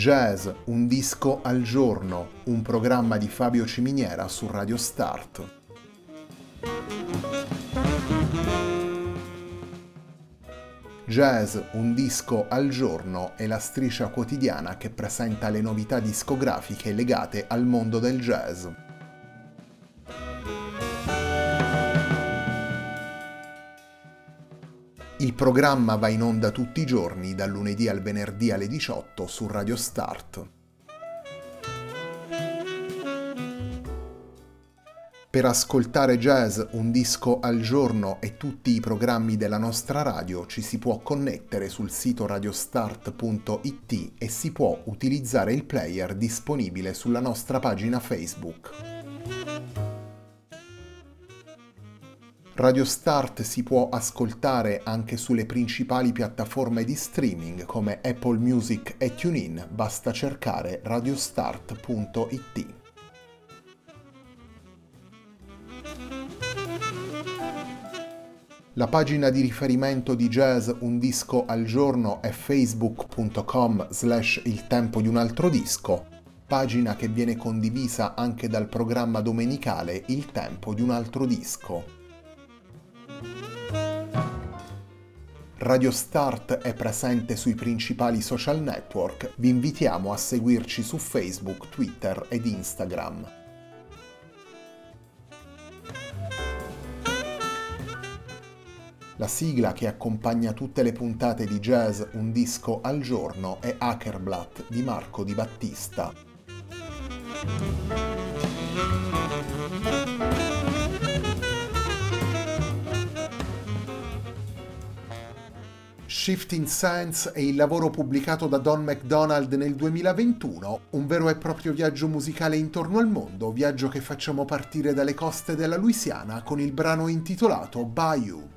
Jazz, un disco al giorno, un programma di Fabio Ciminiera su Radio Start. Jazz, un disco al giorno è la striscia quotidiana che presenta le novità discografiche legate al mondo del jazz. Il programma va in onda tutti i giorni, dal lunedì al venerdì alle 18 su Radio Start. Per ascoltare Jazz, un disco al giorno e tutti i programmi della nostra radio ci si può connettere sul sito radiostart.it e si può utilizzare il player disponibile sulla nostra pagina Facebook. Radio Start si può ascoltare anche sulle principali piattaforme di streaming come Apple Music e TuneIn, basta cercare radiostart.it. La pagina di riferimento di Jazz Un Disco al Giorno è facebook.com/il tempo di un altro disco, pagina che viene condivisa anche dal programma domenicale Il tempo di un altro disco. Radio Start è presente sui principali social network, vi invitiamo a seguirci su Facebook, Twitter ed Instagram. La sigla che accompagna tutte le puntate di Jazz Un Disco al Giorno è Hackerblatt di Marco Di Battista. Shifting Sands è il lavoro pubblicato da Don McDonald nel 2021, un vero e proprio viaggio musicale intorno al mondo, viaggio che facciamo partire dalle coste della Louisiana con il brano intitolato Bayou.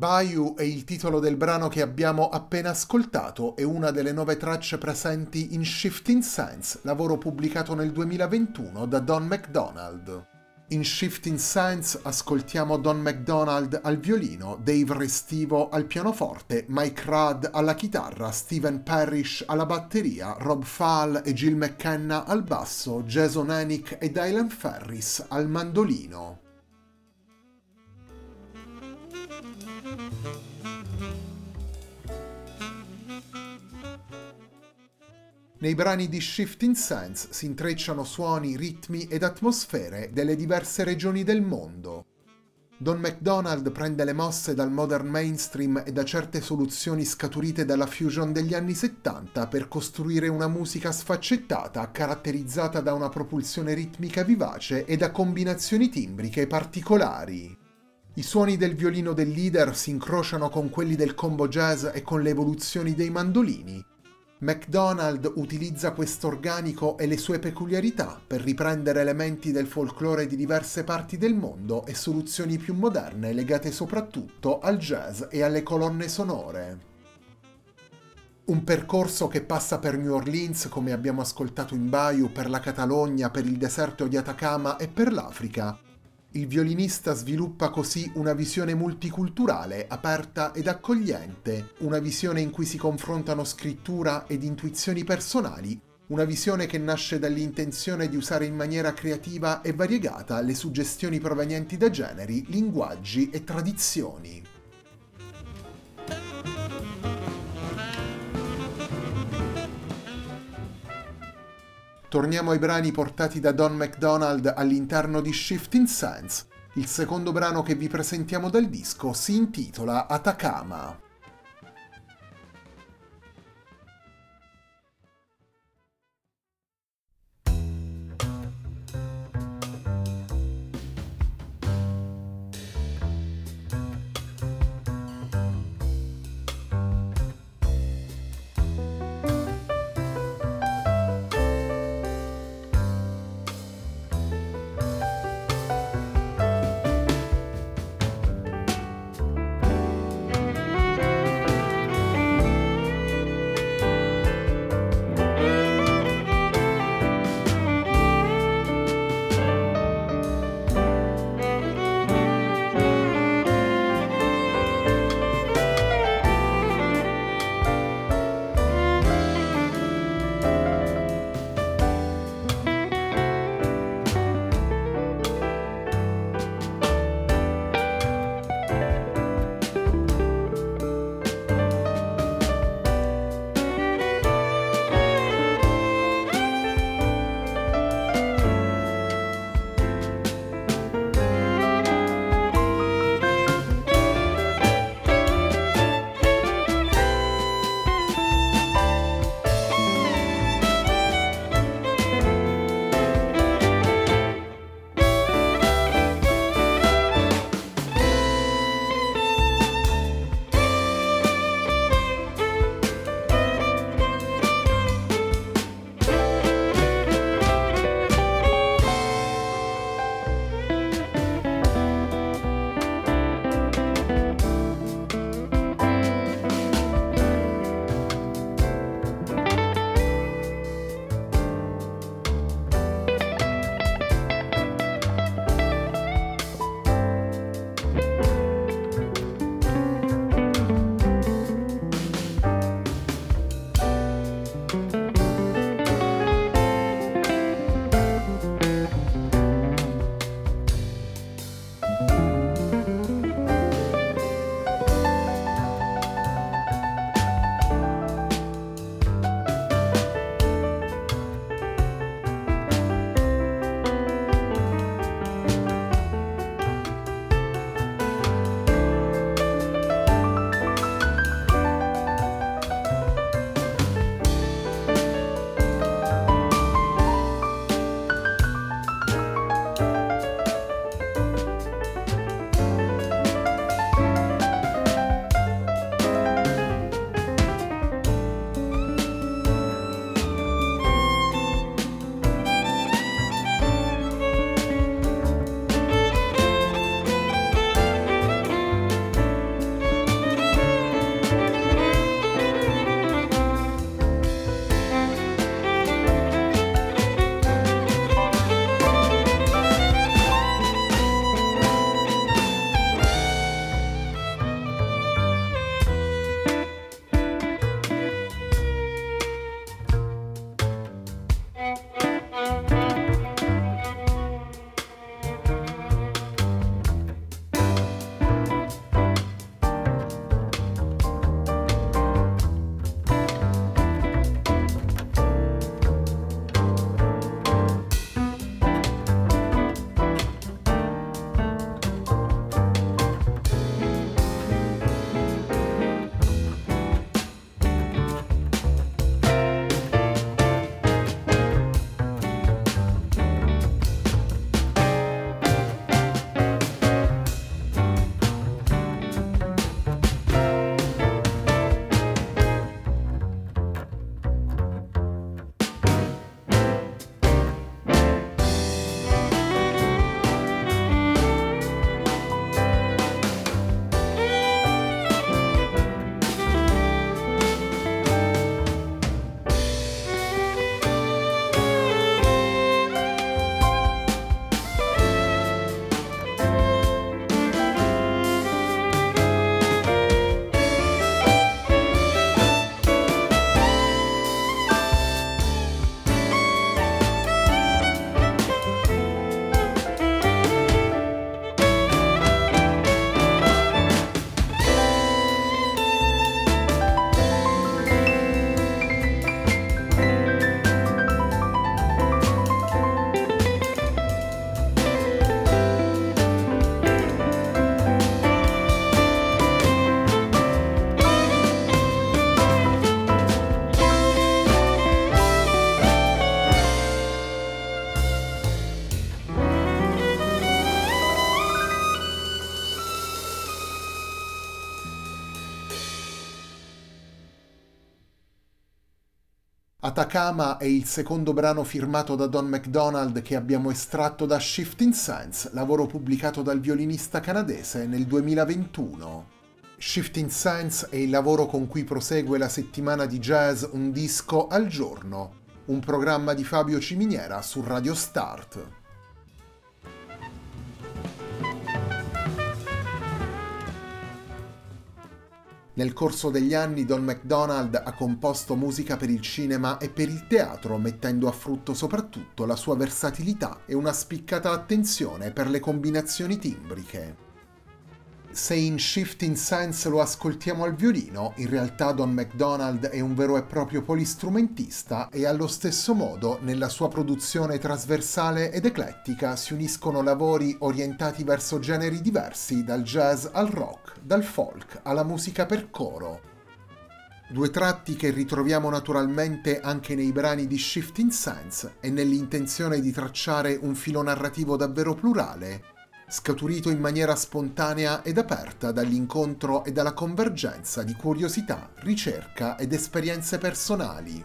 Bayou è il titolo del brano che abbiamo appena ascoltato e una delle 9 tracce presenti in Shifting Sands, lavoro pubblicato nel 2021 da Don McDonald. In Shifting Sands ascoltiamo Don McDonald al violino, Dave Restivo al pianoforte, Mike Rudd alla chitarra, Stephen Parrish alla batteria, Rob Fall e Jill McKenna al basso, Jason Enick e Dylan Ferris al mandolino. Nei brani di Shifting Sands si intrecciano suoni, ritmi ed atmosfere delle diverse regioni del mondo. Don McDonald prende le mosse dal modern mainstream e da certe soluzioni scaturite dalla fusion degli anni 70 per costruire una musica sfaccettata caratterizzata da una propulsione ritmica vivace e da combinazioni timbriche particolari. I suoni del violino del leader si incrociano con quelli del combo jazz e con le evoluzioni dei mandolini. McDonald utilizza questo organico e le sue peculiarità per riprendere elementi del folklore di diverse parti del mondo e soluzioni più moderne legate soprattutto al jazz e alle colonne sonore. Un percorso che passa per New Orleans, come abbiamo ascoltato in Bayou, per la Catalogna, per il deserto di Atacama e per l'Africa. Il violinista sviluppa così una visione multiculturale, aperta ed accogliente, una visione in cui si confrontano scrittura ed intuizioni personali, una visione che nasce dall'intenzione di usare in maniera creativa e variegata le suggestioni provenienti da generi, linguaggi e tradizioni. Torniamo ai brani portati da Don McDonald all'interno di Shifting Sands. Il secondo brano che vi presentiamo dal disco si intitola Atacama. Atacama è il secondo brano firmato da Don McDonald che abbiamo estratto da Shifting Sands, lavoro pubblicato dal violinista canadese nel 2021. Shifting Sands è il lavoro con cui prosegue la settimana di jazz Un disco al giorno, un programma di Fabio Ciminiera su Radio Start. Nel corso degli anni Don McDonald ha composto musica per il cinema e per il teatro, mettendo a frutto soprattutto la sua versatilità e una spiccata attenzione per le combinazioni timbriche. Se in Shifting Sands lo ascoltiamo al violino, in realtà Don McDonald è un vero e proprio polistrumentista e allo stesso modo nella sua produzione trasversale ed eclettica si uniscono lavori orientati verso generi diversi, dal jazz al rock, dal folk alla musica per coro. Due tratti che ritroviamo naturalmente anche nei brani di Shifting Sands e nell'intenzione di tracciare un filo narrativo davvero plurale, scaturito in maniera spontanea ed aperta dall'incontro e dalla convergenza di curiosità, ricerca ed esperienze personali.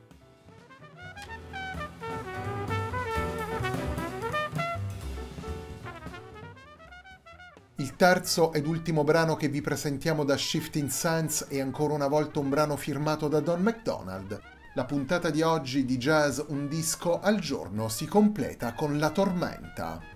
Il terzo ed ultimo brano che vi presentiamo da Shifting Sands è ancora una volta un brano firmato da Don McDonald. La puntata di oggi di Jazz Un disco al giorno si completa con La tormenta.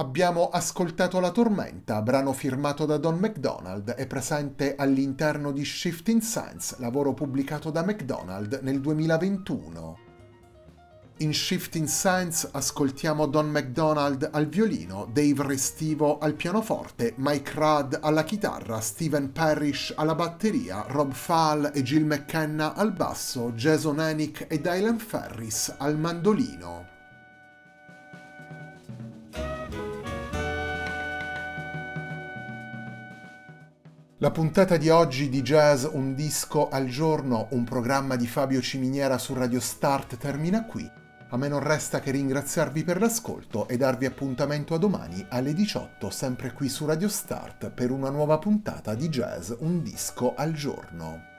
Abbiamo ascoltato La Tormenta, brano firmato da Don McDonald e presente all'interno di Shifting Sands, lavoro pubblicato da McDonald nel 2021. In Shifting Sands ascoltiamo Don McDonald al violino, Dave Restivo al pianoforte, Mike Rudd alla chitarra, Stephen Parrish alla batteria, Rob Fall e Jill McKenna al basso, Jason Enick e Dylan Ferris al mandolino. La puntata di oggi di Jazz Un disco al giorno, un programma di Fabio Ciminiera su Radio Start termina qui. A me non resta che ringraziarvi per l'ascolto e darvi appuntamento a domani alle 18 sempre qui su Radio Start per una nuova puntata di Jazz Un disco al giorno.